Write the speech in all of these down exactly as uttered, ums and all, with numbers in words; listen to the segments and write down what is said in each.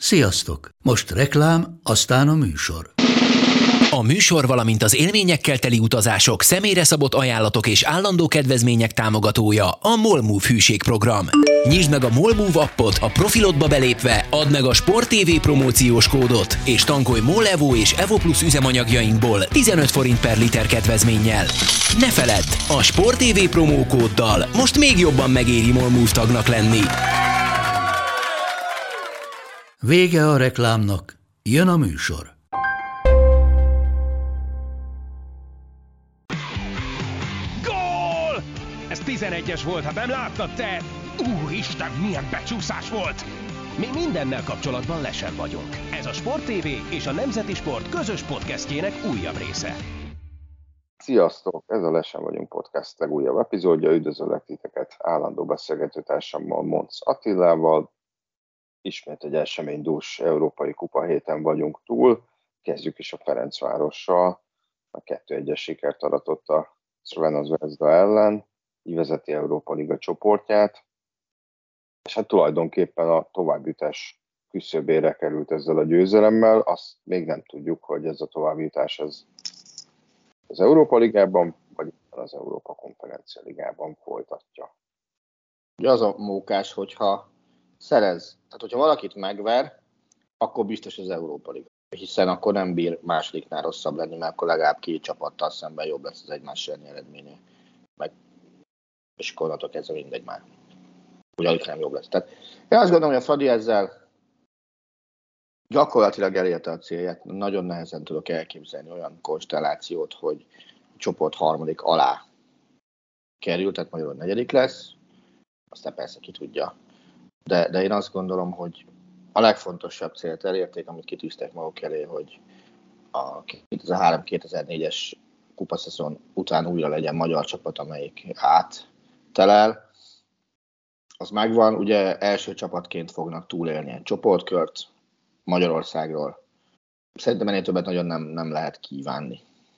Sziasztok! Most reklám, aztán a műsor. A műsor, valamint az élményekkel teli utazások, személyre szabott ajánlatok és állandó kedvezmények támogatója a MOLMOVE hűségprogram. Nyisd meg a MOLMOVE appot, a profilodba belépve add meg a Sport té vé promóciós kódot, és tankolj MOL Evo és Evo Plus üzemanyagjainkból tizenöt forint per liter kedvezménnyel. Ne feledd, a Sport té vé promókóddal most még jobban megéri MOLMOVE tagnak lenni. Vége a reklámnak, jön a műsor. Gól! Ez tizenegyes volt, ha nem láttad te! Úristen, milyen becsúszás volt! Mi mindennel kapcsolatban lesen vagyunk. Ez a Sport té vé és a Nemzeti Sport közös podcastjének újabb része. Sziasztok! Ez a Lesen vagyunk podcast legújabb epizódja. Üdvözöllek titeket állandó beszélgetőtársammal, Monc Attilával. Ismét egy eseménydús európai kupa héten vagyunk túl. Kezdjük is a Ferencvárossal. A kettő egyes sikert aratott a Crvena Zvezda ellen, így vezeti Európa Liga csoportját, és hát tulajdonképpen a továbbjutás küszöbére került ezzel a győzelemmel. Azt még nem tudjuk, hogy ez a továbbjutás az, az Európa Ligában, vagy az Európa Konferencia Ligában folytatja. Ugye az a mókás, hogyha szerez, tehát hogyha valakit megver, akkor biztos az Európa Liga. Hiszen akkor nem bír másodiknál rosszabb lenni, mert akkor legalább két csapattal szemben jobb lesz az egymás elleni eredménye. Meg, és akkor onnantól kezdve mindegy már. Ugye alig nem jobb lesz. Tehát én azt gondolom, hogy a Fradi ezzel gyakorlatilag elérte a célját. Nagyon nehezen tudok elképzelni olyan konstellációt, hogy a csoport harmadik alá kerül, tehát magyarul negyedik lesz. Aztán persze ki tudja. De, de én azt gondolom, hogy a legfontosabb célt elérték, amit kitűztek maguk elé, hogy a kétezer-három kétezer-négyes kupaszezon után újra legyen magyar csapat, amelyik áttelel. Az megvan, ugye első csapatként fognak túlélni egy csoportkört Magyarországról. Szerintem ennél többet nagyon nem, nem lehet kívánni.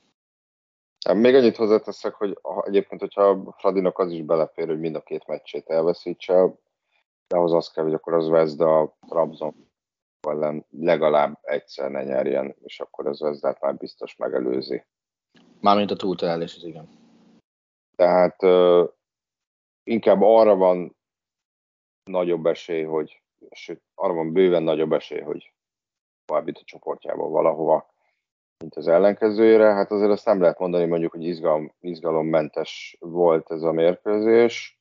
Még annyit hozzáteszek, hogy egyébként, hogyha a Fradinak az is belefér, hogy mind a két meccsét elveszítse, de ahhoz az kell, hogy akkor az Zvezda a Trabzon ellen legalább egyszer ne nyerjen, és akkor az Zvezdát már biztos megelőzi. Mármint a túlterelés, az igen. Tehát uh, inkább arra van nagyobb esély, hogy, sőt, arra van bőven nagyobb esély, hogy továbbít a csoportjában valahova, mint az ellenkezőjére. Hát azért azt nem lehet mondani, mondjuk, hogy izgalom, izgalommentes volt ez a mérkőzés.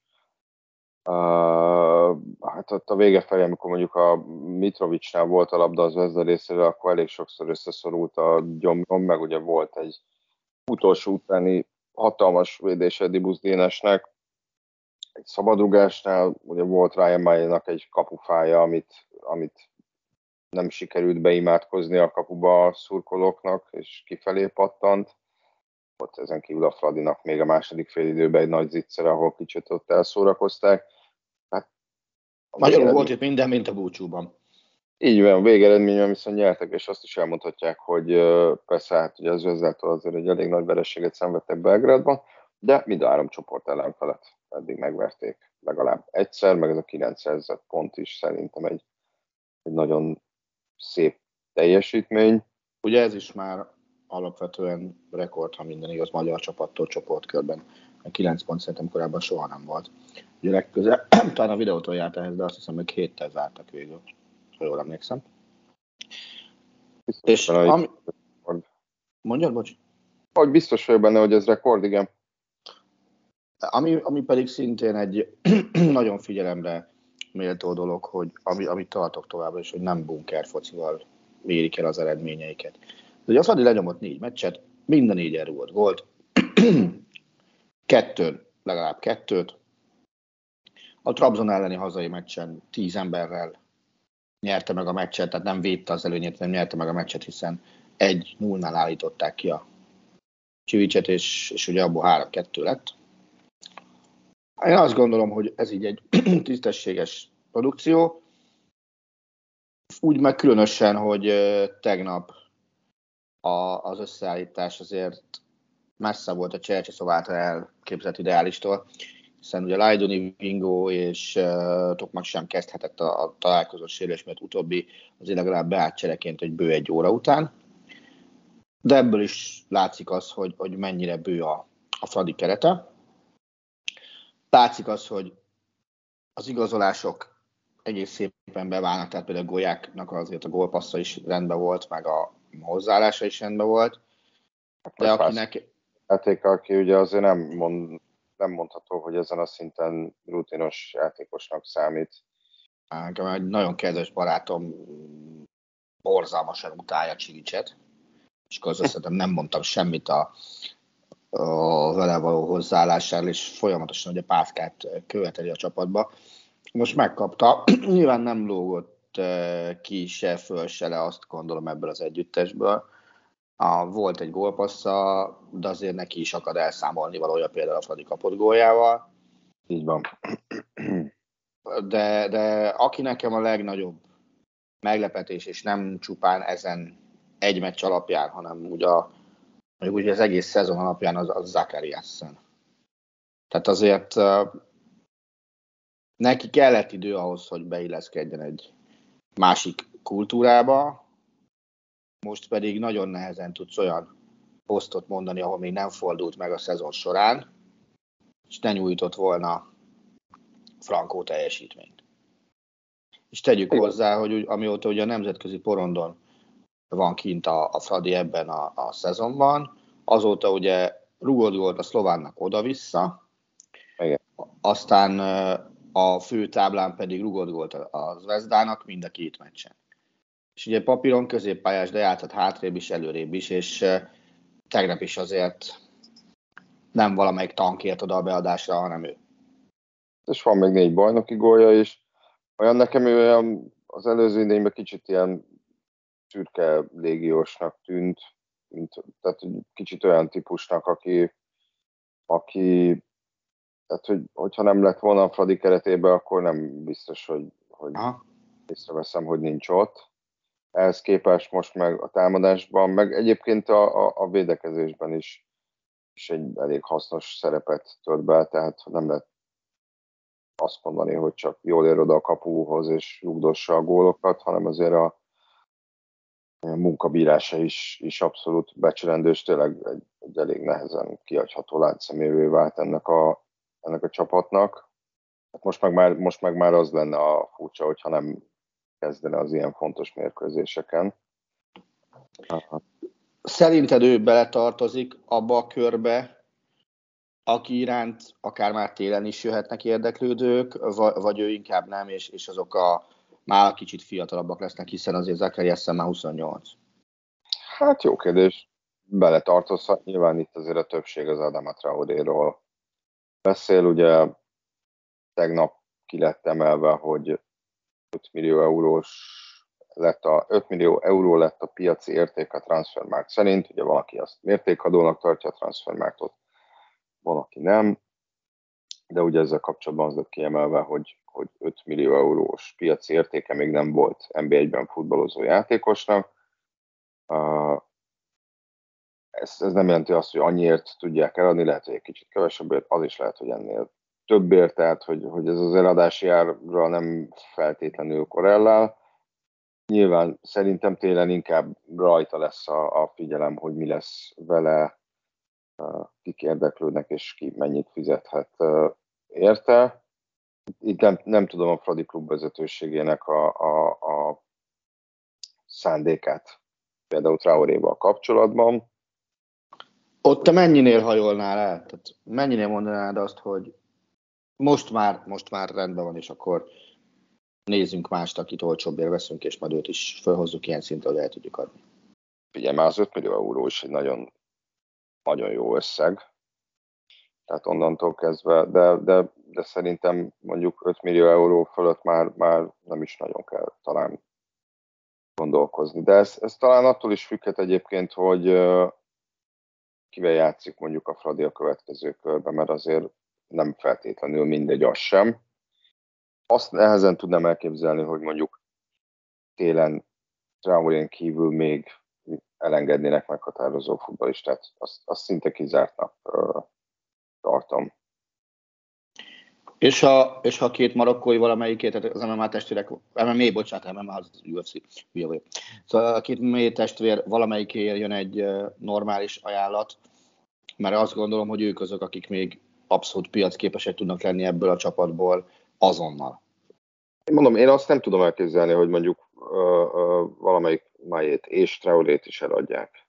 Uh, hát ott a vége felé, amikor mondjuk a Mitrovicsnál volt a labda az Zvezda részéről, akkor elég sokszor összeszorult a gyomrom, meg ugye volt egy utolsó utáni hatalmas védése Dibusz Dénesnek. Egy szabadrugásnál ugye volt Ryan Mayer-nak egy kapufája, amit, amit nem sikerült beimádkozni a kapuba a szurkolóknak, és kifelé pattant. Ott ezen kívül a Fradinak még a második félidőben egy nagy zicser, ahol kicsit ott elszórakozták. Hát, Magyarul volt itt minden, mint a búcsúban. Így van, a végeredményben viszont nyertek, és azt is elmondhatják, hogy persze hát ugye az Zvezdától azért egy elég nagy vereséget szenvedtek Belgrádban, de mind a három csoport ellenfelet eddig megverték legalább egyszer, meg ez a kilenc szerzett pont is szerintem egy, egy nagyon szép teljesítmény. Ugye ez is már alapvetően rekord, ha minden igaz, magyar csapattól csoportkörben. A kilenc pont szerintem korábban soha nem volt. Ugye legközel, talán a videótól járt ehhez, de azt hiszem, hogy héttel zártak végül, ha jól emlékszem. Biztos és ami... Mondjad, bocs? Hogy biztos vagyok benne, hogy ez rekord, igen. Ami, ami pedig szintén egy nagyon figyelemre méltó dolog, hogy ami, amit tartok továbbra is, hogy nem bunker focival mérik el az eredményeiket. Ugye a Fradi lenyomott négy meccset, minden négyen rúgott gólt, kettőn, legalább kettőt. A Trabzon elleni hazai meccsen tíz emberrel nyerte meg a meccset, tehát nem védte az előnyét, nem nyerte meg a meccset, hiszen egy nullnál állították ki a Csivicset, és, és ugye abból három kettő lett. Én azt gondolom, hogy ez így egy tisztességes produkció. Úgy meg különösen, hogy tegnap a, az összeállítás azért messze volt a Csercseszov által elképzelt ideálistól, hiszen ugye Lajdoni, Vingo és uh, Tokmak sem kezdhetett a, a találkozó sérülés, mert utóbbi azért legalább beállt csereként egy bő egy óra után. De ebből is látszik az, hogy, hogy mennyire bő a, a Fradi kerete. Látszik az, hogy az igazolások egész szépen beválnak, tehát például Golyáknak azért a gólpassza is rendben volt, meg a hozzáállása is rendben volt. De akinek... Játék, aki ugye azért nem, mond, nem mondható, hogy ezen a szinten rutinos játékosnak számít. Nekem egy nagyon kedves barátom borzalmasan utálja Csiricset, és akkor szerintem nem mondtam semmit a, a vele való hozzáállásáról, és folyamatosan ugye Pászkát követeli a csapatba. Most megkapta, nyilván nem lógott ki se föl, se le, azt gondolom ebből az együttesből. A, volt egy gólpassza, de azért neki is akad elszámolni valója például a Fradi kapott góljával. Így van. De, de aki nekem a legnagyobb meglepetés, és nem csupán ezen egy meccs alapján, hanem úgy, a, úgy az egész szezon alapján az, az Zakariassen. Tehát azért uh, neki kellett idő ahhoz, hogy beilleszkedjen egy másik kultúrába, most pedig nagyon nehezen tudsz olyan posztot mondani, ahol még nem fordult meg a szezon során, és ne nyújtott volna frankó teljesítményt. És tegyük hozzá, hogy amióta ugye a nemzetközi porondon van kint a, a Fradi ebben a, a szezonban, azóta ugye rúgott gólt a szlovánnak oda-vissza, igen. Aztán a fő táblán pedig rúgott gólt a Zvezdának mind a két meccsen. És ugye papíron középpályás, de játszott hátrébb is, előrébb is, és tegnap is azért nem valamelyik tankért oda a beadásra, hanem ő. És van még négy bajnoki gólja is. Olyan nekem ő olyan az előző idényben kicsit ilyen szürke légiósnak tűnt, mint, tehát kicsit olyan típusnak, aki, aki tehát, hogy, hogyha nem lett volna a Fradi keretében, akkor nem biztos, hogy, hogy észreveszem, hogy nincs ott. Ehhez képest most meg a támadásban, meg egyébként a, a, a védekezésben is, is egy elég hasznos szerepet tölt be, tehát nem lehet azt mondani, hogy csak jól ér oda a kapuhoz és rugdossa a gólokat, hanem azért a munkabírása is, is abszolút becsülendő, és tényleg egy, egy elég nehezen kihagyható látszemévé vált ennek a, ennek a csapatnak. Most meg, már, most meg már az lenne a furcsa, hogyha nem kezdene az ilyen fontos mérkőzéseken. Szerinted ő beletartozik abba a körbe, aki iránt akár már télen is jöhetnek érdeklődők, vagy ő inkább nem, és, és azok a már kicsit fiatalabbak lesznek, hiszen azért Zakariassen már huszonnyolc. Hát jó kérdés. Beletartozhat. Nyilván itt azért a többség az Adama Traoréról beszél. Ugye tegnap ki lett emelve, hogy öt millió eurós lett a, öt millió euró lett a piaci érték a Transfermarkt szerint. Ugye valaki azt mértékadónak tartja a Transfermarktot, van, aki nem. De ugye ezzel kapcsolatban az lett kiemelve, hogy, hogy öt millió eurós piaci értéke még nem volt en bé egyben futballozó játékosnak. Uh, ez, ez nem jelenti azt, hogy annyiért tudják eladni, lehet, hogy egy kicsit kevesebbért, az is lehet, hogy ennél többért, tehát hogy, hogy ez az eladási árra nem feltétlenül korrelál. Nyilván szerintem télen inkább rajta lesz a, a figyelem, hogy mi lesz vele, uh, kik érdeklődnek és ki mennyit fizethet uh, érte. Itt nem, nem tudom a Fradi klub vezetőségének a, a, a szándékát, például Traoréval kapcsolatban. Ott te mennyinél hajolnál el? Tehát mennyinél mondanád azt, hogy most már, most már rendben van, és akkor nézzünk mást, akit olcsóbbért veszünk, és majd őt is felhozzuk ilyen szintre, hogy el tudjuk adni. Ugye már az öt millió euró is egy nagyon, nagyon jó összeg. Tehát onnantól kezdve, de, de, de szerintem mondjuk öt millió euró fölött már, már nem is nagyon kell talán gondolkozni. De ez, ez talán attól is függhet egyébként, hogy uh, kivel játszik mondjuk a Fradi a következő körben, mert azért nem feltétlenül mindegy az sem. Azt nehezen tudnám elképzelni, hogy mondjuk télen Traorén kívül még elengednének meghatározó futballistát. Azt, azt szinte kizártnak uh, tartom. És ha, és ha két marokkói valamelyikét, tehát az em em á testvérek, em em á, bocsánat, em em á az u ef cé, hülye vagyok. Szóval a két mély testvér valamelyikéért jön egy normális ajánlat, mert azt gondolom, hogy ők azok, akik még abszolút piacképesek tudnak lenni ebből a csapatból azonnal. Én mondom, én azt nem tudom elképzelni, hogy mondjuk uh, uh, valamelyik Májét és Traorét is eladják.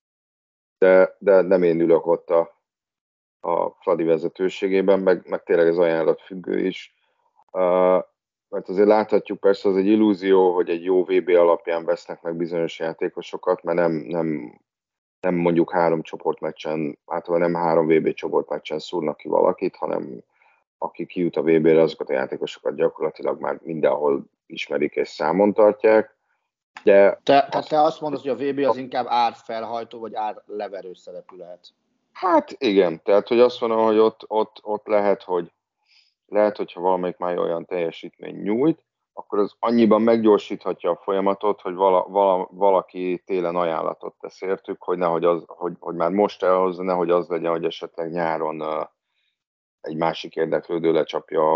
De, de nem én ülök ott a, a Fradi vezetőségében, meg, meg tényleg ez ajánlat függő is. Uh, mert azért láthatjuk, persze az egy illúzió, hogy egy jó vé bé alapján vesznek meg bizonyos játékosokat, mert nem, nem, nem mondjuk három csoportmeccsen, általában nem három vé bé csoportmeccsen szúrnak ki valakit, hanem aki kijut a vé bére, azokat a játékosokat gyakorlatilag már mindenhol ismerik és számon tartják. De te, te, te azt mondod, hogy a vé bé az inkább árfelhajtó, vagy árleverő szerepű lehet? Hát igen, tehát hogy azt mondom, hogy ott, ott, ott lehet, hogy lehet, hogyha valamelyik már olyan teljesítmény nyújt, akkor az annyiban meggyorsíthatja a folyamatot, hogy vala, vala, valaki télen ajánlatot tesz értük, hogy, nehogy az, hogy, hogy már most elhozza, nehogy az legyen, hogy esetleg nyáron uh, egy másik érdeklődő lecsapja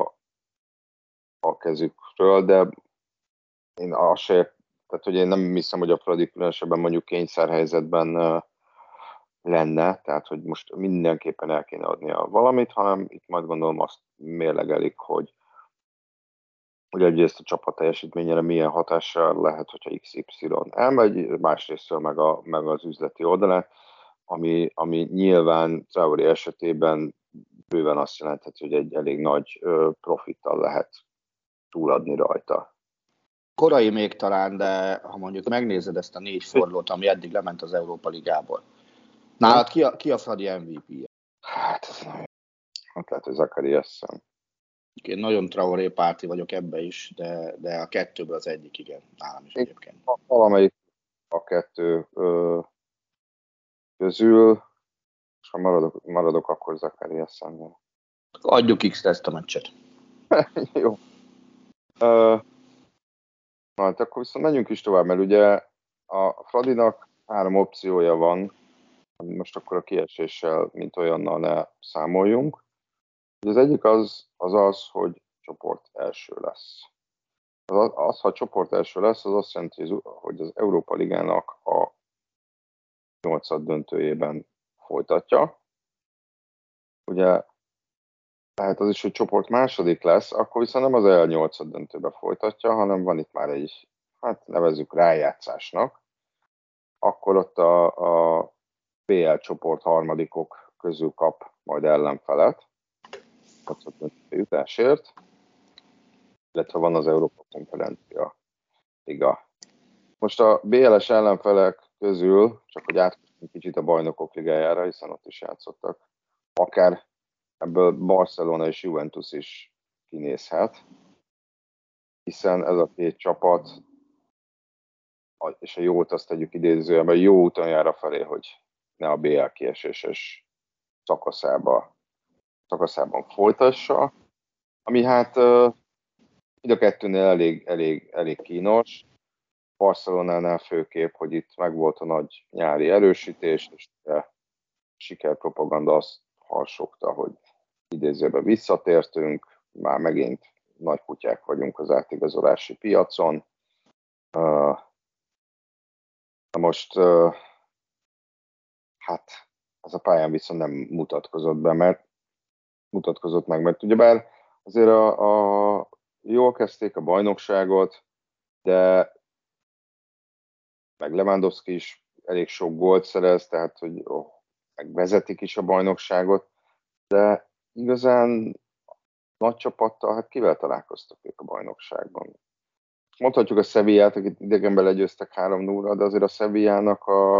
a kezükről, de én azt se, tehát hogy én nem hiszem, hogy a Fradi különösebben mondjuk kényszerhelyzetben uh, lenne, tehát hogy most mindenképpen el kéne adnia valamit, hanem itt majd gondolom azt mérlegelik, hogy hogy egyrészt a csapat teljesítményére milyen hatással lehet, hogyha iksz ipszilon elmegy, másrésztől meg, a, meg az üzleti oldalán, ami, ami nyilván Traoré esetében bőven azt jelentheti, hogy egy elég nagy ö, profittal lehet túladni rajta. Korai még talán, de ha mondjuk megnézed ezt a négy fordulót, ami eddig lement az Európa Ligából. Nálad ki a, ki a Fradi em vé pé-je? Hát, hát lehet, hogy Zakariasen. Én nagyon Traoré párti vagyok ebbe is, de, de a kettőből az egyik, igen, nálam is egyébként. Valamelyik a kettő ö, közül, és ha maradok, maradok akkor Zakariasen. Adjuk X-re ezt a meccset. Jó. Ö, na, hát akkor viszont menjünk is tovább, mert ugye a Fradinak három opciója van, most akkor a kieséssel, mint olyannal ne számoljunk. Az egyik az az, az hogy csoport első lesz. Az, az, ha csoport első lesz, az azt jelenti, hogy az Európa Ligának a nyolcad döntőjében folytatja. Ugye lehet az is, hogy csoport második lesz, akkor viszont nem az el nyolcad döntőbe folytatja, hanem van itt már egy, hát nevezzük rájátszásnak. Akkor ott a, a bé el csoport harmadikok közül kap majd ellenfelet nyolcad döntő jutásért, illetve van az Európa Konferencia Liga. Most a bé el-es ellenfelek közül, csak hogy átkössünk kicsit a Bajnokok Ligájára, hiszen ott is játszottak, akár ebből Barcelona és Juventus is kinézhet, hiszen ez a két csapat, és a jót azt tegyük idézőjelben, jó úton jár afelé, hogy ne a bé el kieséses szakaszába, szakaszában folytassa, ami hát mind a kettőnél elég, elég, elég kínos. Barcelonánál főképp, hogy itt megvolt a nagy nyári erősítés, és a sikerpropaganda azt harsogta, hogy idézőben visszatértünk, már megint nagy kutyák vagyunk az átigazolási piacon. Na most, hát ez a pályán viszont nem mutatkozott be, mert mutatkozott meg, mert ugyebár azért a, a jól kezdték a bajnokságot, de meg Lewandowski is elég sok gólt szerez, tehát hogy oh, megvezetik is a bajnokságot, de igazán nagy csapattal, hát kivel találkoztak ők a bajnokságban? Mondhatjuk a Sevillát, akit idegenben legyőztek három nullra, de azért a Sevillának a,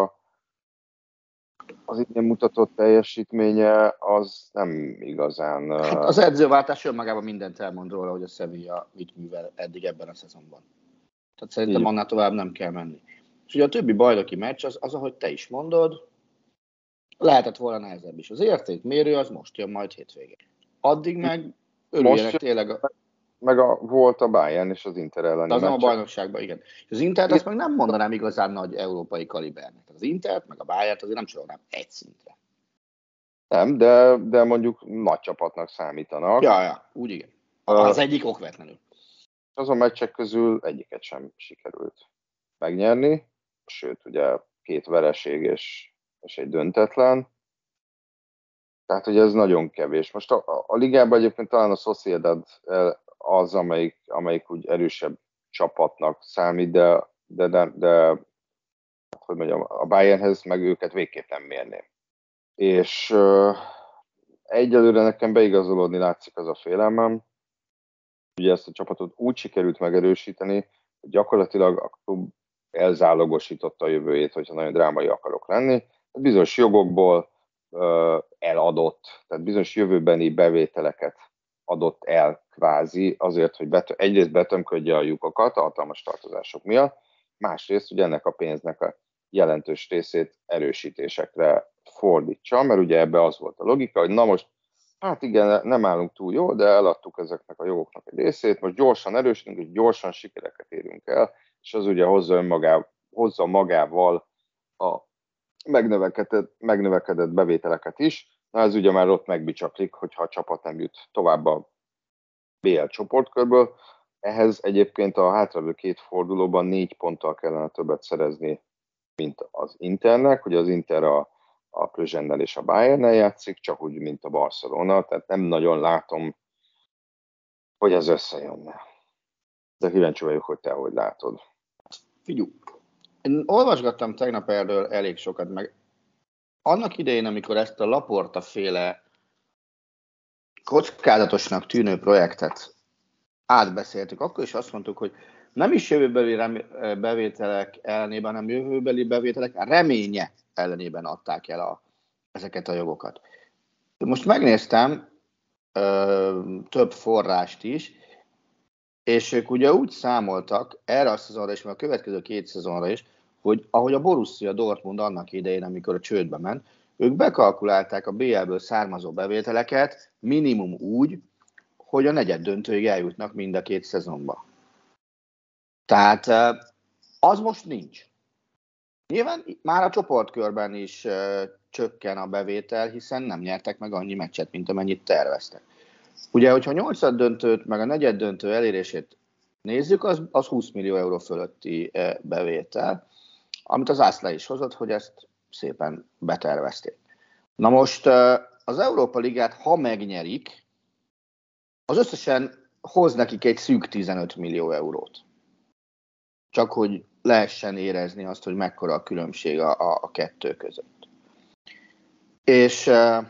az idén mutatott teljesítménye az nem igazán... Hát az edzőváltás önmagában mindent elmond róla, hogy a Sevilla mit művel eddig ebben a szezonban. Tehát szerintem így annál tovább nem kell menni. És ugye a többi bajnoki meccs az, az, ahogy te is mondod, lehetett volna nehezebb is. Az értékmérő az most jön majd hétvégén. Addig meg örüljenek most tényleg. A... Meg a, volt a Bayern és az Inter elleni az nem a bajnokságban, igen. És az Intert azt meg nem mondanám igazán nagy európai kalibernek. Az Intert meg a Bayert azért nem sorolnám egy szintre. Nem, de, de mondjuk nagy csapatnak számítanak. Ja, ja, úgy igen. Az uh, egyik okvetlenül. Azon meccsek közül egyiket sem sikerült megnyerni, sőt, ugye két vereség és, és egy döntetlen. Tehát, hogy ez nagyon kevés. Most a, a, a ligában egyébként talán a Sociedad az, amelyik, amelyik úgy erősebb csapatnak számít, de, de, de, de hogy mondjam, a Bayernhez meg őket végképp nem mérném. És uh, egyelőre nekem beigazolódni látszik az a félelmem, ugye ezt a csapatot úgy sikerült megerősíteni, hogy gyakorlatilag a klub elzálogosította a jövőjét, hogyha nagyon drámai akarok lenni. Bizonyos jogokból uh, eladott, tehát bizonyos jövőbeni bevételeket adott el kvázi azért, hogy betö- egyrészt betömködje a lyukakat a hatalmas tartozások miatt, másrészt ugye ennek a pénznek a jelentős részét erősítésekre fordítsa, mert ugye ebbe az volt a logika, hogy na most, hát igen, nem állunk túl jól, de eladtuk ezeknek a jogoknak egy részét, most gyorsan erősítünk, és gyorsan sikereket érünk el, és az ugye hozza, önmagá, hozza magával a megnövekedett, megnövekedett bevételeket is. Na ez ugye már ott megbicsaklik, hogyha a csapat nem jut tovább a bé el csoportkörből. Ehhez egyébként a hátralévő két fordulóban négy ponttal kellene többet szerezni, mint az Internek. Ugye az Inter a, a Plzsennel és a Bayernnel játszik, csak úgy, mint a Barcelona, tehát nem nagyon látom, hogy ez összejönne. De kíváncsi vagyok, hogy te hogy látod. Figyelj, én olvasgattam tegnap erről elég sokat, meg annak idején, amikor ezt a Laporta féle kockázatosnak tűnő projektet átbeszéltük, akkor is azt mondtuk, hogy nem is jövőbeli bevételek ellenében, hanem jövőbeli bevételek reménye ellenében adták el a, ezeket a jogokat. Most megnéztem ö, több forrást is, és ők ugye úgy számoltak erre a szezonra is, meg a következő két szezonra is, hogy ahogy a Borussia Dortmund annak idején, amikor a csődbe ment, ők bekalkulálták a bé el-ből származó bevételeket minimum úgy, hogy a negyed döntőig eljutnak mind a két szezonba. Tehát az most nincs. Nyilván már a csoportkörben is csökken a bevétel, hiszen nem nyertek meg annyi meccset, mint amennyit terveztek. Ugye, hogyha a nyolcad döntőt, meg a negyed döntő elérését nézzük, az, az húsz millió euró fölötti bevétel, amit az Ászla is hozott, hogy ezt szépen betervezték. Na most az Európa Ligát, ha megnyerik, az összesen hoz nekik egy szűk tizenöt millió eurót. Csak hogy lehessen érezni azt, hogy mekkora a különbség a, a, a kettő között. És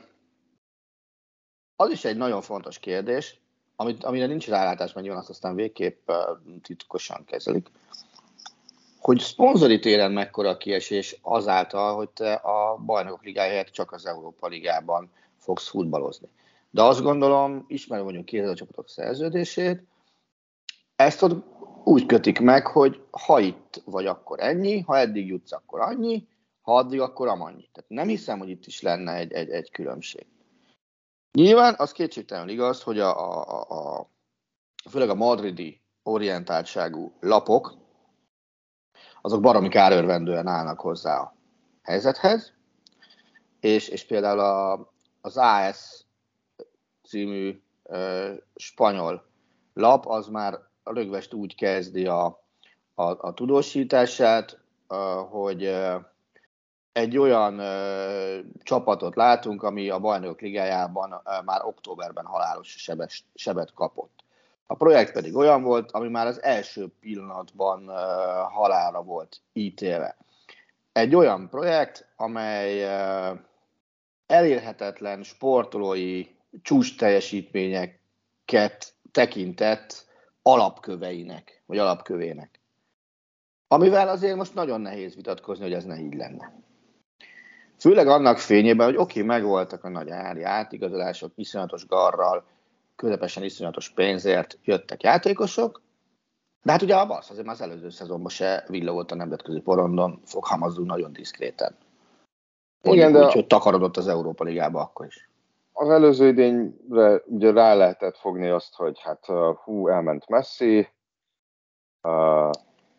az is egy nagyon fontos kérdés, amit, amire nincs rálátás, mert nyilván azt aztán végképp titkosan kezelik, hogy szponzori téren mekkora a kiesés azáltal, hogy te a Bajnokok Ligája helyett csak az Európa Ligában fogsz futballozni. De azt gondolom, ismerve mondjuk két a csapatok szerződését, ezt ott úgy kötik meg, hogy ha itt vagy, akkor ennyi, ha eddig jutsz, akkor annyi, ha addig, akkor amannyi. Tehát nem hiszem, hogy itt is lenne egy, egy, egy különbség. Nyilván az kétségtelenül igaz, hogy a, a, a, főleg a madridi orientáltságú lapok, azok baromi kárörvendően állnak hozzá a helyzethez, és, és például a, az á es című ö, spanyol lap, az már rögvest úgy kezdi a, a, a tudósítását, ö, hogy ö, egy olyan ö, csapatot látunk, ami a Bajnokok Ligájában ö, már októberben halálos sebes, sebet kapott. A projekt pedig olyan volt, ami már az első pillanatban uh, halálra volt ítélve. Egy olyan projekt, amely uh, elérhetetlen sportolói csúcs teljesítményeket tekintett alapköveinek, vagy alapkövének. Amivel azért most nagyon nehéz vitatkozni, hogy ez ne így lenne. Főleg annak fényében, hogy oké, okay, megvoltak a nagy ári átigazolások, iszonyatos garral, közepesen iszonyatos pénzért jöttek játékosok, de hát ugye a Barca azért már az előző szezonban se villogott a nemzetközi porondon, fogalmazzunk nagyon diszkréten. Igen, de úgy, hogy takarodott az Európa Ligába akkor is. Az előző idényre ugye rá lehetett fogni azt, hogy hát hú, elment Messi, uh,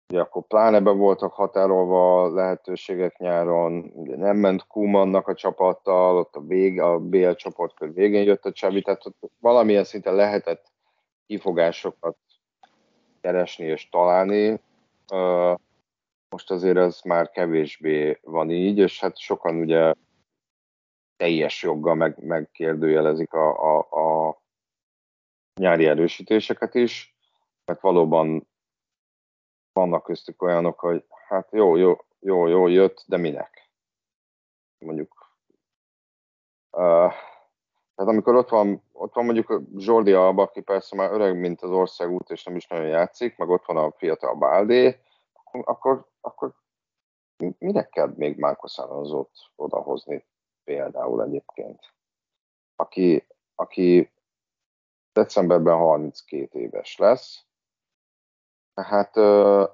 ugye akkor pláne be voltak határolva lehetőségek nyáron, ugye nem ment Koemannak a csapattal, ott a, vég, a bé el csoportkör végén jött a Csabi, tehát ott valamilyen szinten lehetett kifogásokat keresni és találni. Most azért ez már kevésbé van így, és hát sokan ugye teljes joggal meg, megkérdőjelezik a, a, a nyári erősítéseket is, mert valóban vannak köztük olyanok, hogy hát jó, jó, jó, jó jött, de minek? Mondjuk. Uh, tehát amikor ott van, ott van mondjuk Jordi Alba, aki persze már öreg, mint az országút, és nem is nagyon játszik, meg ott van a fiatal Baldé, akkor, akkor minek kell még Marcos Alonsót odahozni például egyébként? Aki, aki decemberben harminckét éves lesz. Tehát uh,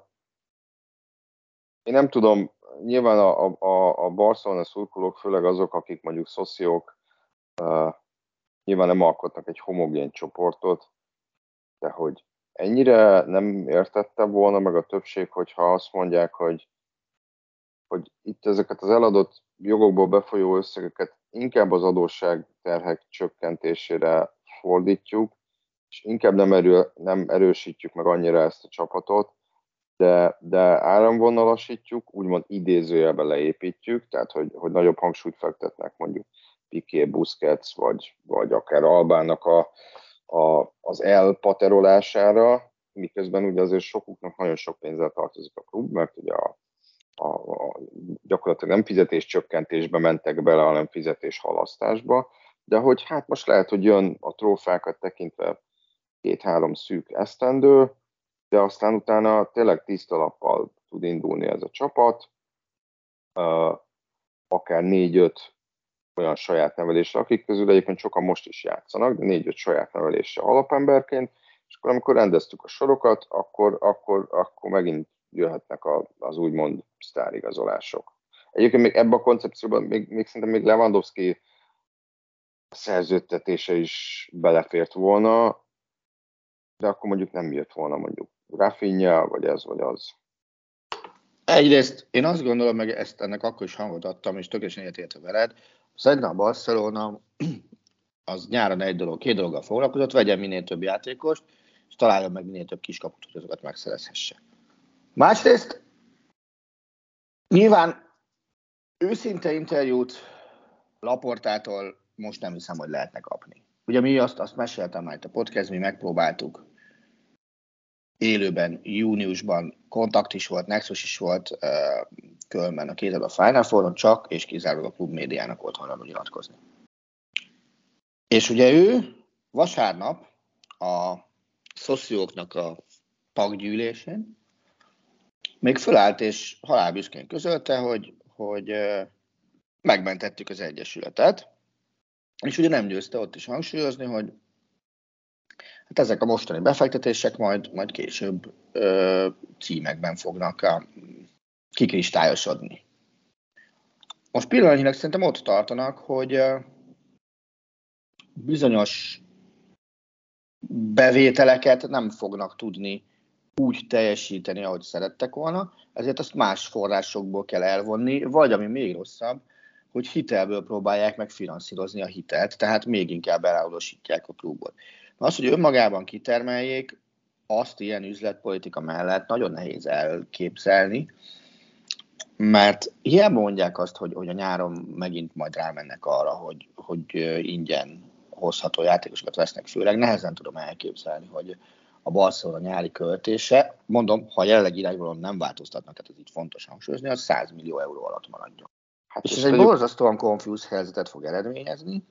én nem tudom, nyilván a, a, a Barcelona szurkolók, főleg azok, akik mondjuk szociók, uh, nyilván nem alkotnak egy homogén csoportot, de hogy ennyire nem értette volna meg a többség, hogyha azt mondják, hogy, hogy itt ezeket az eladott jogokból befolyó összegeket inkább az adósságterhek csökkentésére fordítjuk, és inkább nem, erő, nem erősítjük meg annyira ezt a csapatot, de, de áramvonalasítjuk, úgymond idézőjelbe leépítjük, tehát hogy, hogy nagyobb hangsúlyt fektetnek mondjuk Piqué, Busquets, vagy, vagy akár Albának a, a, az elpaterolására, miközben ugye azért sokuknak nagyon sok pénzzel tartozik a klub, mert ugye a, a, a, gyakorlatilag nem fizetés csökkentésbe mentek bele, hanem fizetés halasztásba, de hogy hát most lehet, hogy jön a trófákat tekintve két-három szűk esztendő, de aztán utána tényleg tiszta lappal tud indulni ez a csapat, uh, akár négy-öt olyan saját nevelésre, akik közül egyébként sokan most is játszanak, de négy-öt saját nevelésre alapemberként, és akkor amikor rendeztük a sorokat, akkor, akkor, akkor megint jöhetnek a, az úgymond sztárigazolások. Egyébként még ebben a koncepcióban még, még szerintem még Lewandowski szerződtetése is belefért volna, de akkor mondjuk nem jött volna mondjuk Rafinha, vagy ez, vagy az. Egyrészt én azt gondolom, meg ezt ennek akkor is hangot adtam, és tökéletesen egyetértek veled, szerintem a Barcelona az nyáron egy dolog, két dologgal foglalkozott, vegyen minél több játékost, és találjon meg minél több kiskaput, hogy azokat megszerezhesse. Másrészt nyilván őszinte interjút Laportától most nem hiszem, hogy lehetne kapni. Ugye mi azt, azt meséltem már itt a podcast, mi megpróbáltuk élőben, júniusban kontakt is volt, Nexus is volt, uh, Kölnben a két a Final Fouron, csak és kizárólag a klub médiának volt hajlandó nyilatkozni. És ugye ő vasárnap a szocióknak a taggyűlésén még fölállt és halálbüszkén közölte, hogy, hogy uh, megmentettük az Egyesületet, és ugye nem győzte ott is hangsúlyozni, hogy hát ezek a mostani befektetések majd, majd később ö, címekben fognak a, kikristályosodni. Most pillanatnyilag szerintem ott tartanak, hogy ö, bizonyos bevételeket nem fognak tudni úgy teljesíteni, ahogy szerettek volna, ezért azt más forrásokból kell elvonni, vagy ami még rosszabb, hogy hitelből próbálják meg finanszírozni a hitelt, tehát még inkább eláldosítják a klubot. Az, hogy önmagában kitermeljék, azt ilyen üzletpolitika mellett nagyon nehéz elképzelni, mert hiába mondják azt, hogy, hogy a nyáron megint majd rámennek arra, hogy, hogy ingyen hozható játékosokat vesznek, főleg nehezen tudom elképzelni, hogy a Barcelona nyári költése, mondom, ha jelenleg irányvonalon nem változtatnak, tehát ez itt fontos hangsúlyozni, az száz millió euró alatt maradjon. Hát és ez egy borzasztóan confuse helyzetet fog eredményezni.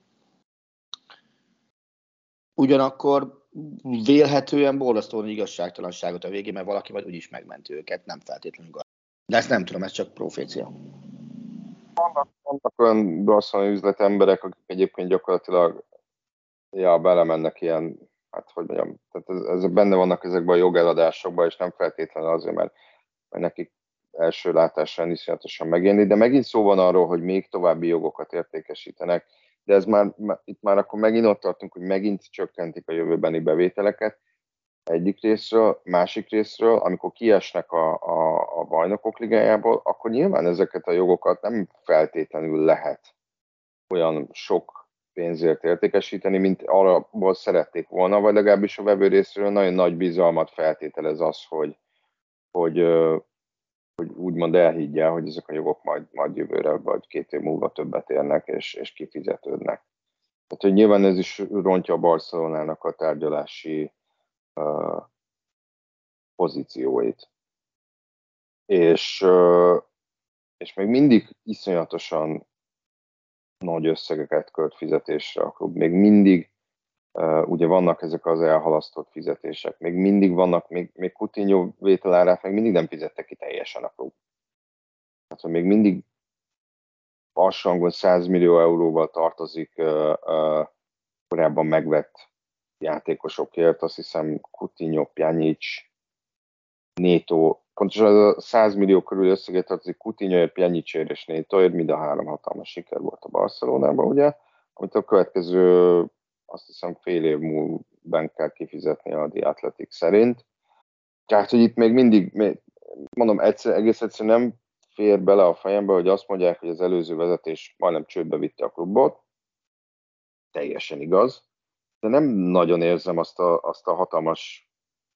Ugyanakkor vélhetően borzasztóan igazságtalanságot a végén, mert valaki majd úgyis megmenti őket, nem feltétlenül. De ezt nem tudom, ez csak profécia. Vannak, vannak olyan Barcelona üzletemberek, akik egyébként gyakorlatilag ja, belemennek ilyen, hát hogy mondjam, tehát ez, ez benne vannak ezekben a jogeladásokban, és nem feltétlenül azért, mert, mert nekik első látásra iszonyatosan megélni, de megint szó van arról, hogy még további jogokat értékesítenek, de ez már, itt már akkor megint ott tartunk, hogy megint csökkentik a jövőbeni bevételeket, egyik részről, másik részről, amikor kiesnek a, a, a bajnokok ligájából, akkor nyilván ezeket a jogokat nem feltétlenül lehet olyan sok pénzért értékesíteni, mint arra szerették volna, vagy legalábbis a vevő részről nagyon nagy bizalmat feltételez az, hogy, hogy, hogy úgymond elhiggye, hogy ezek a jogok majd, majd jövőre, vagy két év múlva többet érnek, és, és kifizetődnek. Tehát, hogy nyilván ez is rontja a Barcelonának a tárgyalási uh, pozícióit. És, uh, és még mindig iszonyatosan nagy összegeket költ fizetésre a klub. Még mindig uh, ugye vannak ezek az elhalasztott fizetések, még mindig vannak, még, még Coutinho vételárát még mindig nem fizette ki teljesen a klub. Tehát, hogy még mindig alsóhangon száz millió euróval tartozik uh, uh, korábban megvett játékosokért, azt hiszem Coutinho, Pjanic, Neto, pontosan az a száz millió körül összegét tartozik Coutinhoért, Pjanicért és Netoért, mind a három hatalmas siker volt a Barcelonában, ugye, amit a következő, azt hiszem fél év múlva kell kifizetni a The Athletic szerint. Tehát, hogy itt még mindig, mondom, egyszer, egész egyszerűen nem fér bele a fejembe, hogy azt mondják, hogy az előző vezetés majdnem csődbe vitte a klubot. Teljesen igaz. De nem nagyon érzem azt a, azt a hatalmas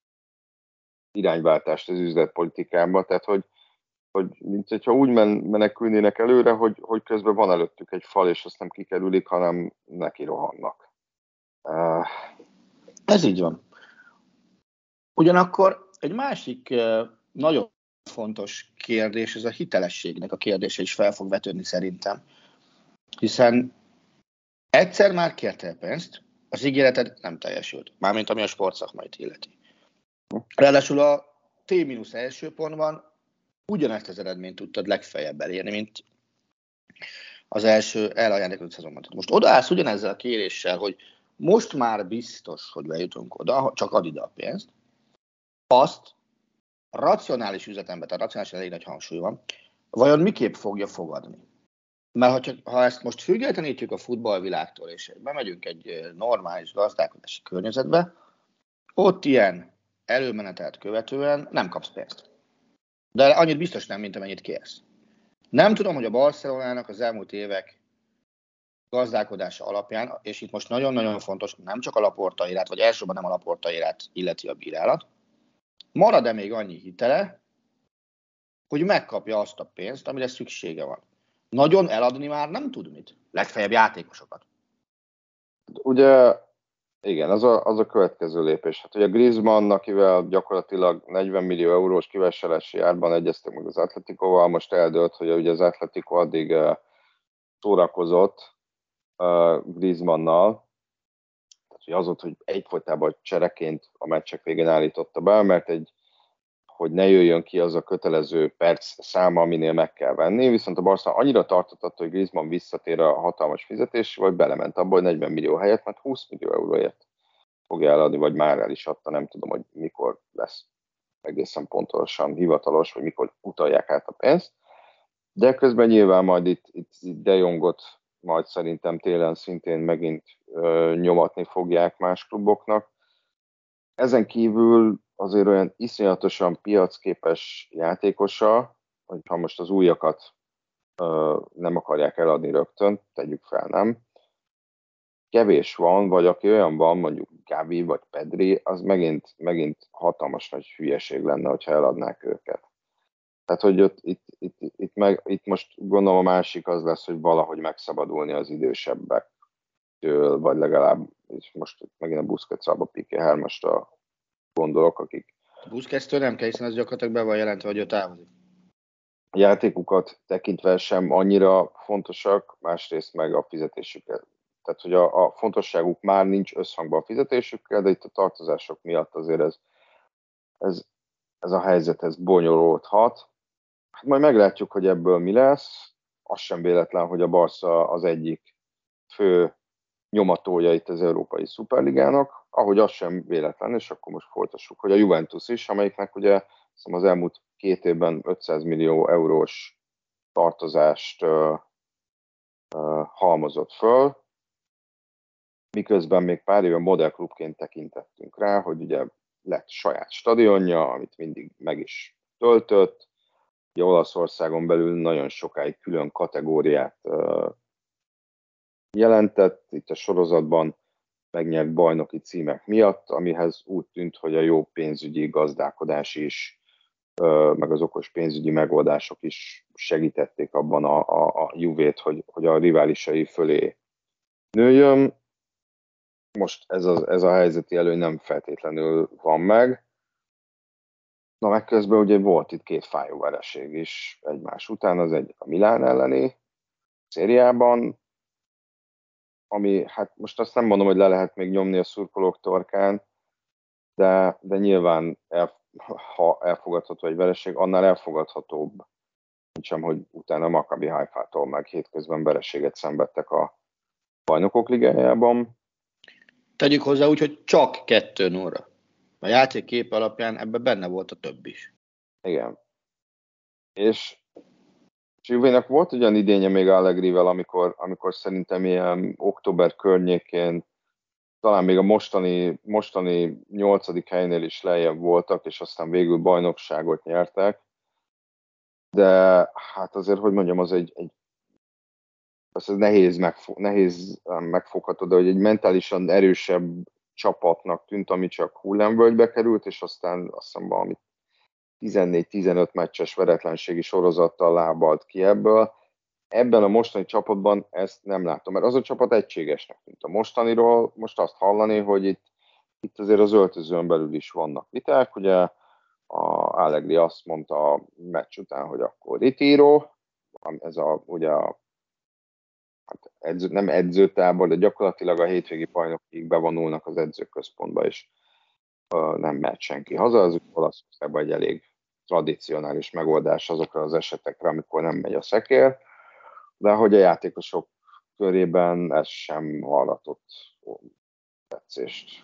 irányváltást az üzletpolitikában, tehát hogy, hogy mint hogyha úgy men, menekülnének előre, hogy, hogy közben van előttük egy fal, és azt nem kikerülik, hanem neki rohannak. Uh... Ez így van. Ugyanakkor egy másik nagyon fontos kérdés, ez a hitelességnek a kérdése is fel fog vetődni szerintem. Hiszen egyszer már kértél pénzt, az ígéreted nem teljesült, mármint ami a sportszakmait illeti. Ráadásul a T- első pontban ugyanezt az eredményt tudtad legfeljebb elérni, mint az első elajándékozott szezonban. Most odaállsz ugyanezzel a kéréssel, hogy most már biztos, hogy bejutunk oda, csak add ide a pénzt, azt racionális üzletemben, tehát racionális elég nagy hangsúly van, vajon miképp fogja fogadni? Mert ha, ha ezt most függetlenítjük a futballvilágtól, és bemegyünk egy normális gazdálkodási környezetbe, ott ilyen előmenetelt követően nem kapsz pénzt. De annyit biztos nem, mint amennyit kérsz. Nem tudom, hogy a Barcelonának az elmúlt évek gazdálkodása alapján, és itt most nagyon-nagyon fontos, nem csak a Laporta irát, vagy elsősorban nem a Laporta irát illeti a bírálat, marad-e még annyi hitele, hogy megkapja azt a pénzt, amire szüksége van. Nagyon eladni már nem tud mit. Legfeljebb játékosokat. Ugye, igen, az a, az a következő lépés. Hát ugye Griezmann, akivel gyakorlatilag negyven millió eurós kivásárlási árban egyeztek meg az Atleticóval, most eldőlt, hogy ugye az Atletico addig uh, szórakozott uh, Griezmannnal, tehát hogy az volt, hogy egyfolytában csereként a meccsek végén állította be, mert egy hogy ne jöjjön ki az a kötelező perc száma, aminél meg kell venni, viszont a Barcelona annyira tartott, hogy Griezmann visszatér a hatalmas fizetés, vagy belement abba, hogy negyven millió helyett, mert húsz millió euróért fogja eladni, vagy már el is adta, nem tudom, hogy mikor lesz egészen pontosan hivatalos, vagy mikor utalják át a pénzt. De közben nyilván majd itt, itt De Jongot majd szerintem télen szintén megint ö, nyomatni fogják más kluboknak. Ezen kívül azért olyan iszonyatosan piacképes játékosa, hogy ha most az újakat ö, nem akarják eladni rögtön, tegyük fel, nem. Kevés van, vagy aki olyan van, mondjuk Gavi vagy Pedri, az megint, megint hatalmas nagy hülyeség lenne, hogyha eladnák őket. Tehát, hogy ott, itt, itt, itt, meg, itt most gondolom a másik az lesz, hogy valahogy megszabadulni az idősebbektől, vagy legalább, és most megint a Busquets-alba Piqué hármasra gondolok, akik Busquets-től nem kell, hiszen az gyakorlatilag be van jelentve, hogy ő távozik. A játékukat tekintve sem annyira fontosak, másrészt meg a fizetésüket. Tehát, hogy a, a fontosságuk már nincs összhangban a fizetésükkel, de itt a tartozások miatt azért ez, ez, ez a helyzet ez bonyolódhat. Hát majd meglátjuk, hogy ebből mi lesz. Az sem véletlen, hogy a Barca az egyik fő nyomatója itt az Európai Szuperligának, ahogy az sem véletlen, és akkor most folytassuk, hogy a Juventus is, amelyiknek ugye az elmúlt két évben ötszáz millió eurós tartozást uh, uh, halmozott föl, miközben még pár éve modellklubként tekintettünk rá, hogy ugye lett saját stadionja, amit mindig meg is töltött. Ugye Olaszországon belül nagyon sokáig külön kategóriát jelentett, itt a sorozatban megnyert bajnoki címek miatt, amihez úgy tűnt, hogy a jó pénzügyi gazdálkodás is, meg az okos pénzügyi megoldások is segítették abban a, a, a Juvét, hogy, hogy a riválisai fölé nőjön. Most ez a, ez a helyzeti előny nem feltétlenül van meg. Na meg közben ugye volt itt két fájó vereség is egymás után, az egyik a Milán elleni szériában, ami, hát most azt nem mondom, hogy le lehet még nyomni a szurkolók torkán, de, de nyilván el, ha elfogadható egy vereség, annál elfogadhatóbb, mintsem, hogy utána a Maccabi Haifától meg hétközben vereséget szenvedtek a Bajnokok Ligájában. Tegyük hozzá úgy, hogy csak kettő nulla. A játék kép alapján ebben benne volt a több is. Igen. És Juvének volt ugyan idénye még Allegrivel, amikor, amikor szerintem ilyen október környékén talán még a mostani, mostani nyolcadik helynél is lejjebb voltak, és aztán végül bajnokságot nyertek. De hát azért, hogy mondjam, az egy, egy az nehéz, megfog, nehéz megfogható, de hogy egy mentálisan erősebb csapatnak tűnt, ami csak hullámvölgybe került, és aztán azt hiszem valami tizennégy-tizenöt meccses veretlenségi sorozattal lábalt ki ebből. Ebben a mostani csapatban ezt nem látom, mert az a csapat egységesnek tűnt. A mostaniról most azt hallani, hogy itt, itt azért az öltözőn belül is vannak viták. Ugye a Allegri azt mondta a meccs után, hogy akkor ritíró, ez a, ugye a, hát edző, nem edzőtábor, de gyakorlatilag a hétvégi bajnokig bevonulnak az edzőközpontba, és uh, nem mehet senki haza. Az Olaszországban egy elég tradicionális megoldás azokra az esetekre, amikor nem megy a szekér, de hogy a játékosok körében ez sem hallatott tetszést.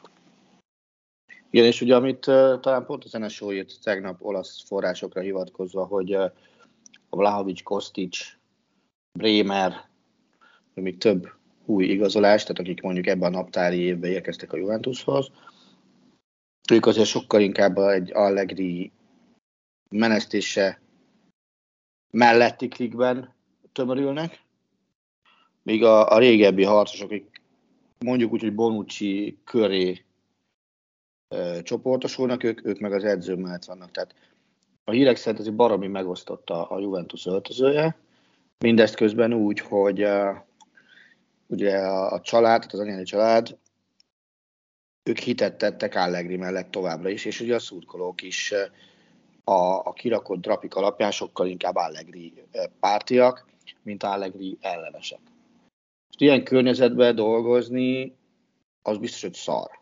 Igen, és ugye amit uh, talán pont az en es o írt tegnap olasz forrásokra hivatkozva, hogy uh, a Vlahovic, Kostic, Bremer, még több új igazolás, tehát akik mondjuk ebben a naptári évben érkeztek a Juventushoz, ők azért sokkal inkább egy Allegri menesztése melletti klikben tömörülnek, míg a, a régebbi harcosok, akik mondjuk úgy, hogy Bonucci köré e, csoportosulnak, ők, ők meg az edző mellett vannak. Tehát a hírek szerint ez baromi megosztotta a Juventus öltözője, mindezt közben úgy, hogy e, ugye a, a család, tehát az anyai család, ők hitet tettek Allegri mellett továbbra is, és ugye a szurkolók is a, a kirakott drapik alapján sokkal inkább Allegri pártiak, mint Allegri ellenesek. És ilyen környezetben dolgozni, az biztos, hogy szar.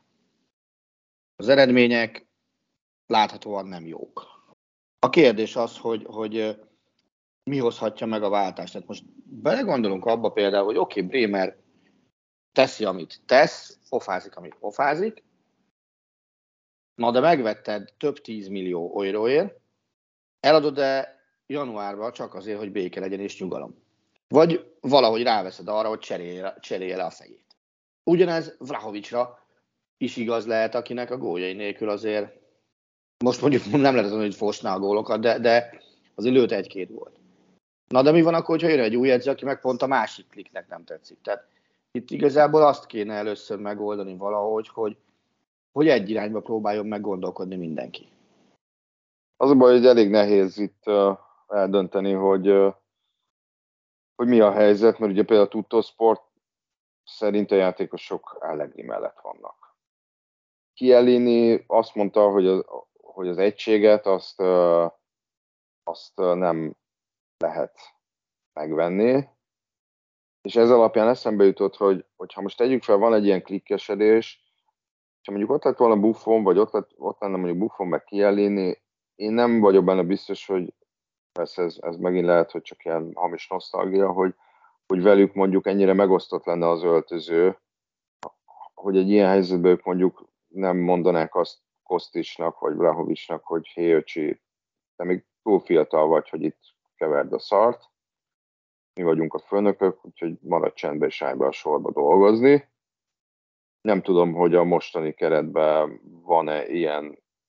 Az eredmények láthatóan nem jók. A kérdés az, hogy, hogy mi hozhatja meg a váltást. Tehát most belegondolunk abba például, hogy oké, okay, Bremer teszi, amit tesz, pofázik, amit pofázik, na de megvetted több tízmillió euróért, eladod-e januárban csak azért, hogy béke legyen és nyugalom. Vagy valahogy ráveszed arra, hogy cserélje, cserélje le a fejét. Ugyanez Vlahovicra is igaz lehet, akinek a góljai nélkül azért, most mondjuk nem lehet hogy fosná a gólokat, de, de azért lőtt egy-két volt. Na de mi van akkor, hogyha jön egy új edző, aki meg pont a másik kliknek nem tetszik. Tehát itt igazából azt kéne először megoldani valahogy, hogy, hogy egy irányba próbáljon meggondolkodni mindenki. Az a baj, hogy elég nehéz itt uh, eldönteni, hogy, uh, hogy mi a helyzet, mert ugye például a Tuttosport szerint a játékosok Allegri mellett vannak. Chiellini azt mondta, hogy az, hogy az egységet azt, uh, azt uh, nem lehet megvenni, és ez alapján eszembe jutott, hogy, hogy ha most tegyük fel, van egy ilyen klikkesedés, ha mondjuk ott lett volna Buffon, vagy ott, lett, ott lenne mondjuk Buffon meg Chiellini, én nem vagyok benne biztos, hogy persze ez, ez megint lehet, hogy csak ilyen hamis nosztalgia, hogy, hogy velük mondjuk ennyire megosztott lenne az öltöző, hogy egy ilyen helyzetben ők mondjuk nem mondanák azt Kosticnak, vagy Vlahovicnak, hogy hé öcsi, te még túl fiatal vagy, hogy itt keverd a szart. Mi vagyunk a főnökök, úgyhogy maradj csendbe és állj be a sorba dolgozni. Nem tudom, hogy a mostani keretben van-e ilyen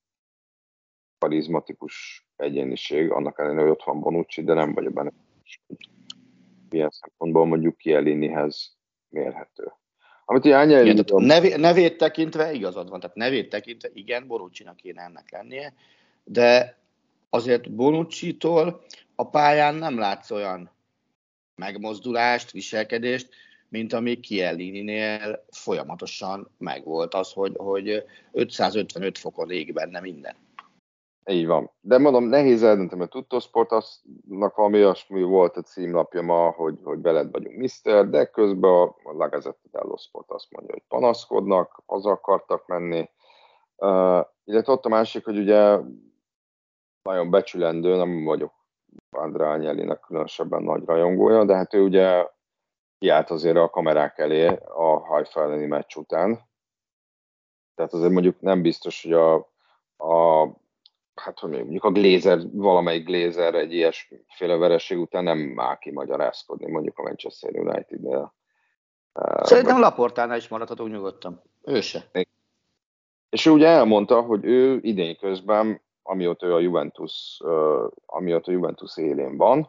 karizmatikus egyéniség, annak ellenére, hogy ott van Bonucci, de nem vagyok benne, hogy ilyen szempontból mondjuk Chiellinihez mérhető. Amit így Agnelli... Igen, tehát nevé, nevét tekintve igazad van, tehát nevét tekintve igen, Bonuccinak kéne ennek lennie, de azért Bonucci-tól a pályán nem látsz olyan megmozdulást, viselkedést, mint ami Chiellininél folyamatosan megvolt az, hogy, hogy ötszázötvenöt fokon ég benne minden. Így van. De mondom, nehéz eldönteni, mert Tuttosport aznak valami olyasmi volt a címlapja ma, hogy, hogy veled vagyunk miszter, de közben a La Gazzetta dello Sport azt mondja, hogy panaszkodnak, haza akartak menni. Uh, illetve ott a másik, hogy ugye nagyon becsülendő, nem vagyok Andrea Agnellinek különösebben nagy rajongója, de hát ő ugye kiállt azért a kamerák elé a Haifa elleni meccs után. Tehát azért mondjuk nem biztos, hogy a, a hát hogy mondjuk a Glazer, valamelyik Glazer egy ilyesféle vereség után nem áll ki magyarázkodni, mondjuk a Manchester United-nél. Szerintem vagy... Laportánál is maradhatunk nyugodtan. Ő se. És ő ugye elmondta, hogy ő idén közben, amióta ő a Juventus, uh, amióta a Juventus élén van,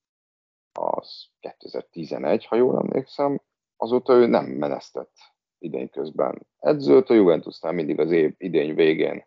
az kétezer-tizenegy, ha jól emlékszem, azóta ő nem menesztett idén közben edzőt, a Juventusnál mindig az év idény végén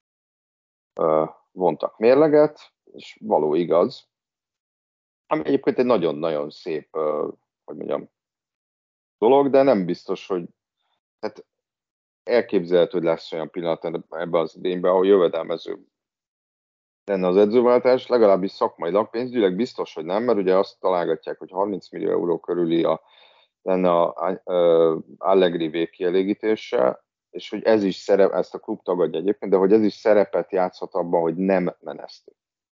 uh, vontak mérleget, és való igaz, ami egyébként egy nagyon-nagyon szép, uh, hogy mondjam, dolog, de nem biztos, hogy hát elképzelhető, hogy lesz olyan pillanat ebben az idényben, ahol jövedelmező lenne az edzőváltás, legalábbis szakmailag, pénzügyileg biztos, hogy nem, mert ugye azt találgatják, hogy harminc millió euró körüli a, lenne a, a, a Allegri végkielégítése, és hogy ez is szerep, ezt a klub tagadja egyébként, de hogy ez is szerepet játszhat abban, hogy nem menesztik.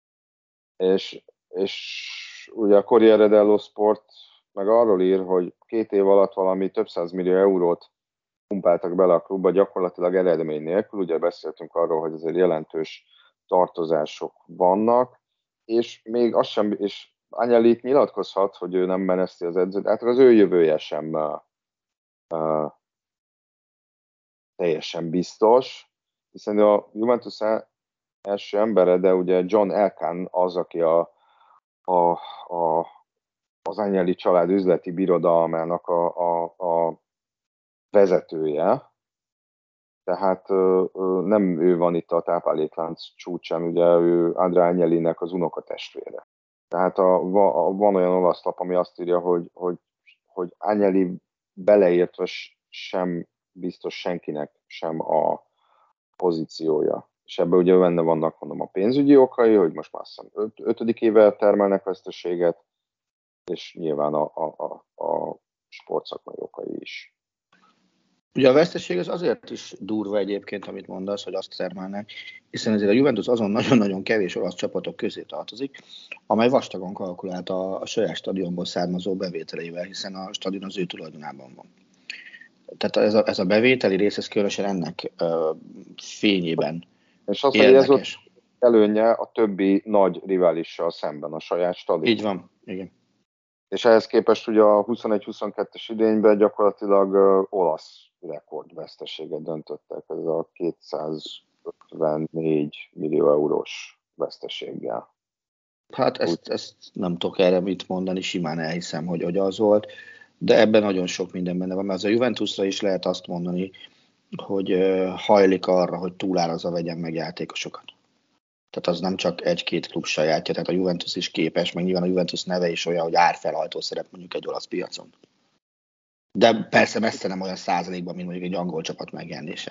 És, és ugye a Corriere dello Sport meg arról ír, hogy két év alatt valami több száz millió eurót pumpáltak bele a klubba gyakorlatilag eredmény nélkül. Ugye beszéltünk arról, hogy azért jelentős tartozások vannak, és még az sem, és Agnelli itt nyilatkozhat, hogy ő nem meneszti az edzőt, hát az ő jövője sem uh, uh, teljesen biztos, hiszen a Juventus első embere, de ugye John Elkann az, aki a, a, a, az Agnelli család üzleti birodalmának a, a, a vezetője, tehát ö, ö, nem ő van itt a tápláléklánc csúcsán, ugye ő Andrea Agnellinek az unokatestvére. Tehát a, a, van olyan olasz lap, ami azt írja, hogy, hogy, hogy Agnelli beleértve sem biztos senkinek sem a pozíciója. És ebben ugye benne vannak, mondom, a pénzügyi okai, hogy most már azt hiszem öt, ötödik éve termelnek veszteséget, és nyilván a, a, a, a sportszakmai okai is. Ugye a veszteség az azért is durva egyébként, amit mondasz, hogy azt termelnek, hiszen ezért a Juventus azon nagyon-nagyon kevés olasz csapatok közé tartozik, amely vastagon kalkulált a, a saját stadionból származó bevételeivel, hiszen a stadion az ő tulajdonában van. Tehát ez a, ez a bevételi rész, ez különösen ennek uh, fényében és azt, érdekes. hogy ez ott előnye a többi nagy riválissal szemben a saját stadion. Így van, igen. És ehhez képest ugye a huszonegy-huszonkettes idényben gyakorlatilag uh, olasz rekordveszteséget döntöttek, ez a kétszázötvennégy millió eurós veszteséggel. Hát ezt, ezt nem tudok erre mit mondani, simán elhiszem, hogy, hogy az volt, de ebben nagyon sok minden benne van, mert az a Juventusra is lehet azt mondani, hogy uh, hajlik arra, hogy túlárazza vegyen meg játékosokat. Tehát az nem csak egy-két klub sajátja, tehát a Juventus is képes, meg nyilván a Juventus neve is olyan, hogy árfelhajtó szerep mondjuk egy olasz piacon. De persze messze nem olyan százalékban, mint mondjuk egy angol csapat megjelenése.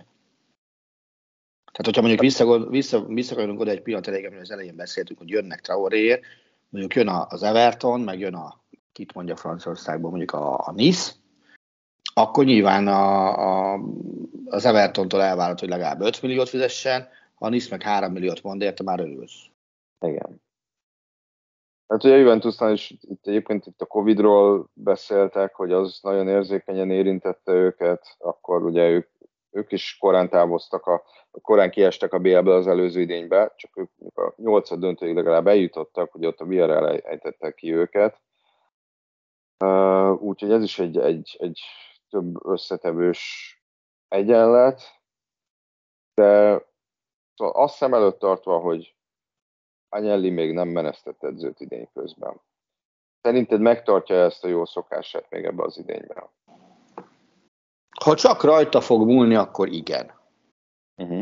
Tehát, hogyha mondjuk visszakanyarodunk vissza, vissza oda egy pillanat elég, amiről az elején beszéltünk, hogy jönnek Traoréért, mondjuk jön az Everton, meg jön a, kit mondja Franciaországban, mondjuk a, a Nice, akkor nyilván a, a, az Evertontól elvállalt, hogy legalább öt milliót fizessen, ha a Nice meg három milliót mond érte, már örülsz. Igen. Hát ugye a Juventusnál is itt egyébként itt a Covidról beszéltek, hogy az nagyon érzékenyen érintette őket, akkor ugye ők, ők is korán távoztak, a, korán kiestek a bé el-ből az előző idénybe, csak ők a nyolcad döntőig legalább eljutottak, hogy ott a Villarreal ejtette ki őket. Uh, úgyhogy ez is egy, egy, egy több összetevős egyenlet, de Szóval azt szem előtt tartva, hogy Agnelli még nem menesztett edzőt idény közben. Szerinted megtartja ezt a jó szokását még ebbe az idényben? Ha csak rajta fog múlni, akkor igen. Uh-huh.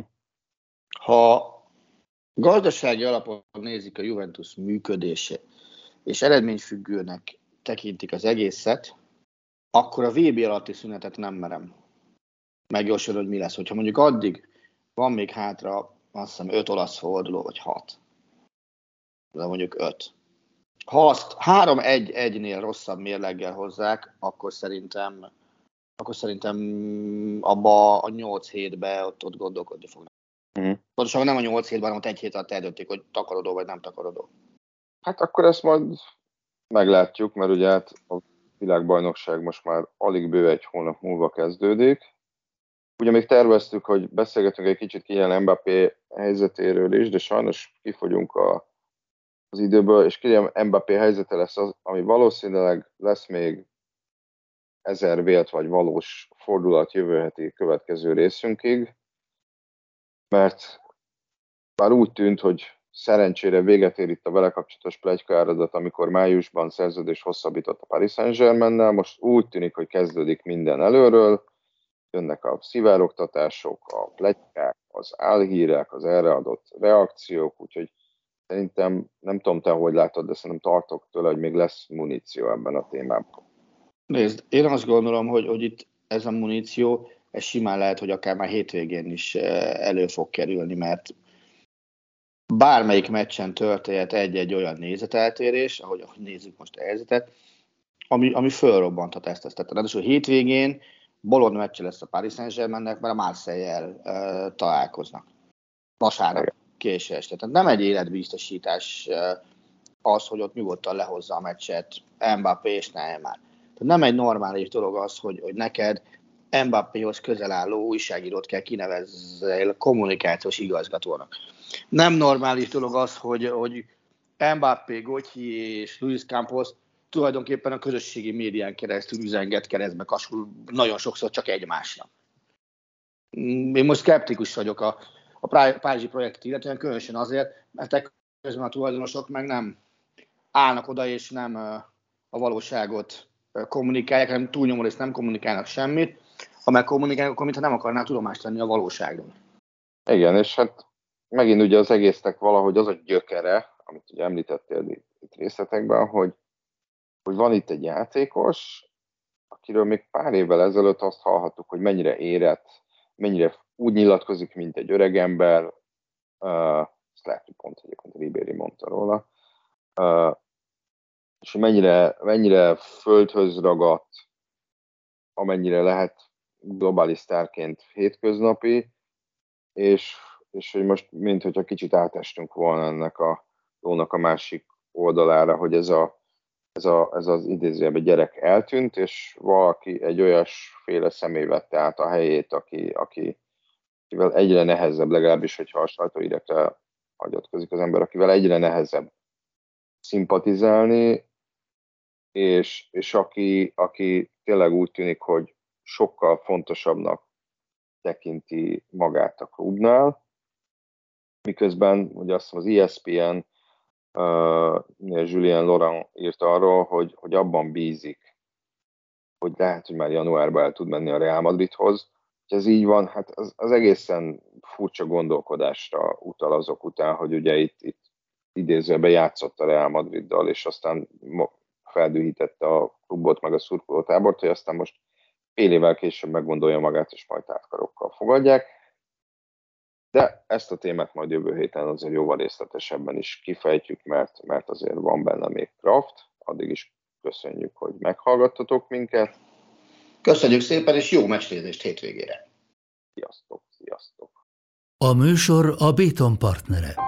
Ha gazdasági alapon nézik a Juventus működését, és eredményfüggőnek tekintik az egészet, akkor a vé bé alatti szünetet nem merem megjósolni, hogy mi lesz. Hogyha mondjuk addig van még hátra, azt hiszem öt olasz forduló, vagy hat. De mondjuk öt. Ha azt három egy egynél rosszabb mérleggel hozzák, akkor szerintem akkor szerintem abba a nyolc hétbe ott, ott gondolkodni fognak. Uh-huh. Pontosan nem a nyolc hétben, hanem ott egy hét alatt eldöntik, hogy takarodó vagy nem takarodó. Hát akkor ezt majd meglátjuk, mert ugye hát a világbajnokság most már alig bő egy hónap múlva kezdődik. Ugye még terveztük, hogy beszélgetünk egy kicsit Kylian Mbappé helyzetéről is, de sajnos kifogyunk a, az időből, és Kylian Mbappé helyzete lesz az, ami valószínűleg lesz még ezer vélt vagy valós fordulat jövő heti következő részünkig, mert már úgy tűnt, hogy szerencsére véget ér itt a vele kapcsolatos pletykaáradat, amikor májusban szerződés hosszabbított a Paris Saint-Germainnel, most úgy tűnik, hogy kezdődik minden előről, jönnek a szivárogtatások, a pletykák, az álhírek, az erre adott reakciók, úgyhogy szerintem, nem tudom te, hogy látod, de szerintem tartok tőle, hogy még lesz muníció ebben a témában. Nézd, én azt gondolom, hogy, hogy itt ez a muníció, ez simán lehet, hogy akár már hétvégén is elő fog kerülni, mert bármelyik meccsen történhet egy-egy olyan nézeteltérés, ahogy, ahogy nézzük most a helyzetet, ami, ami fölrobbanthat ezt. ezt. Tehát ráadásul hétvégén bolond meccse lesz a Paris Saint-Germainnek, mert a Marseille-jel e, találkoznak. Vasárnap késő este. Tehát nem egy életbiztosítás e, az, hogy ott nyugodtan lehozza a meccset Mbappé és Neymar. Tehát nem egy normális dolog az, hogy, hogy neked Mbappéhoz közel álló újságírót kell kinevezzél kommunikációs igazgatónak. Nem normális dolog az, hogy, hogy Mbappé, Gauthier és Luis Campos tulajdonképpen a közösségi médián keresztül üzenget keresztbe kasul nagyon sokszor csak egymásnak. Én most szkeptikus vagyok a, a Párizsi projektet illetően, különösen azért, mert közben a tulajdonosok meg nem állnak oda, és nem a valóságot kommunikálják, hanem túlnyomó részt nem kommunikálnak semmit, ha meg kommunikálnak, akkor mintha nem akarnák tudomást venni a valóságról. Igen, és hát megint ugye az egésznek valahogy az a gyökere, amit ugye említettél itt részletekben, hogy, hogy van itt egy játékos, akiről még pár évvel ezelőtt azt hallhattuk, hogy mennyire érett, mennyire úgy nyilatkozik, mint egy öreg ember, uh, ezt lehet, hogy pont egyébként Ribéry mondta róla, uh, és mennyire, mennyire földhöz ragadt, amennyire lehet globális sztárként hétköznapi, és, és hogy most mint hogyha kicsit átestünk volna ennek a lónak a másik oldalára, hogy ez, a, ez, a, ez az idézőjelben gyerek eltűnt, és valaki egy olyasféle személy vette át a helyét, aki, aki, akivel egyre nehezebb, legalábbis, hogyha a sajtóhírekre hagyatkozik az ember, akivel egyre nehezebb szimpatizálni, és, és aki, aki tényleg úgy tűnik, hogy sokkal fontosabbnak tekinti magát a klubnál, miközben ugye azt mondom, az E S P N uh, Julien Laurent írt arról, hogy, hogy abban bízik, hogy lehet, hogy már januárban el tud menni a Real Madridhoz. Ha ez így van, hát az, az egészen furcsa gondolkodásra utal azok után, hogy ugye itt, itt idézőben játszott a Real Madriddal, és aztán feldühítette a klubot, meg a szurkolótábort, hogy aztán most fél évvel később meggondolja magát, és majd tártkarokkal fogadják. De ezt a témát majd jövő héten azért jóval részletesebben is kifejtjük, mert, mert azért van benne még kraft. Addig is köszönjük, hogy meghallgattatok minket. Köszönjük szépen, és jó meccsnézést hétvégére! Sziasztok, sziasztok! A műsor a Béton partnere.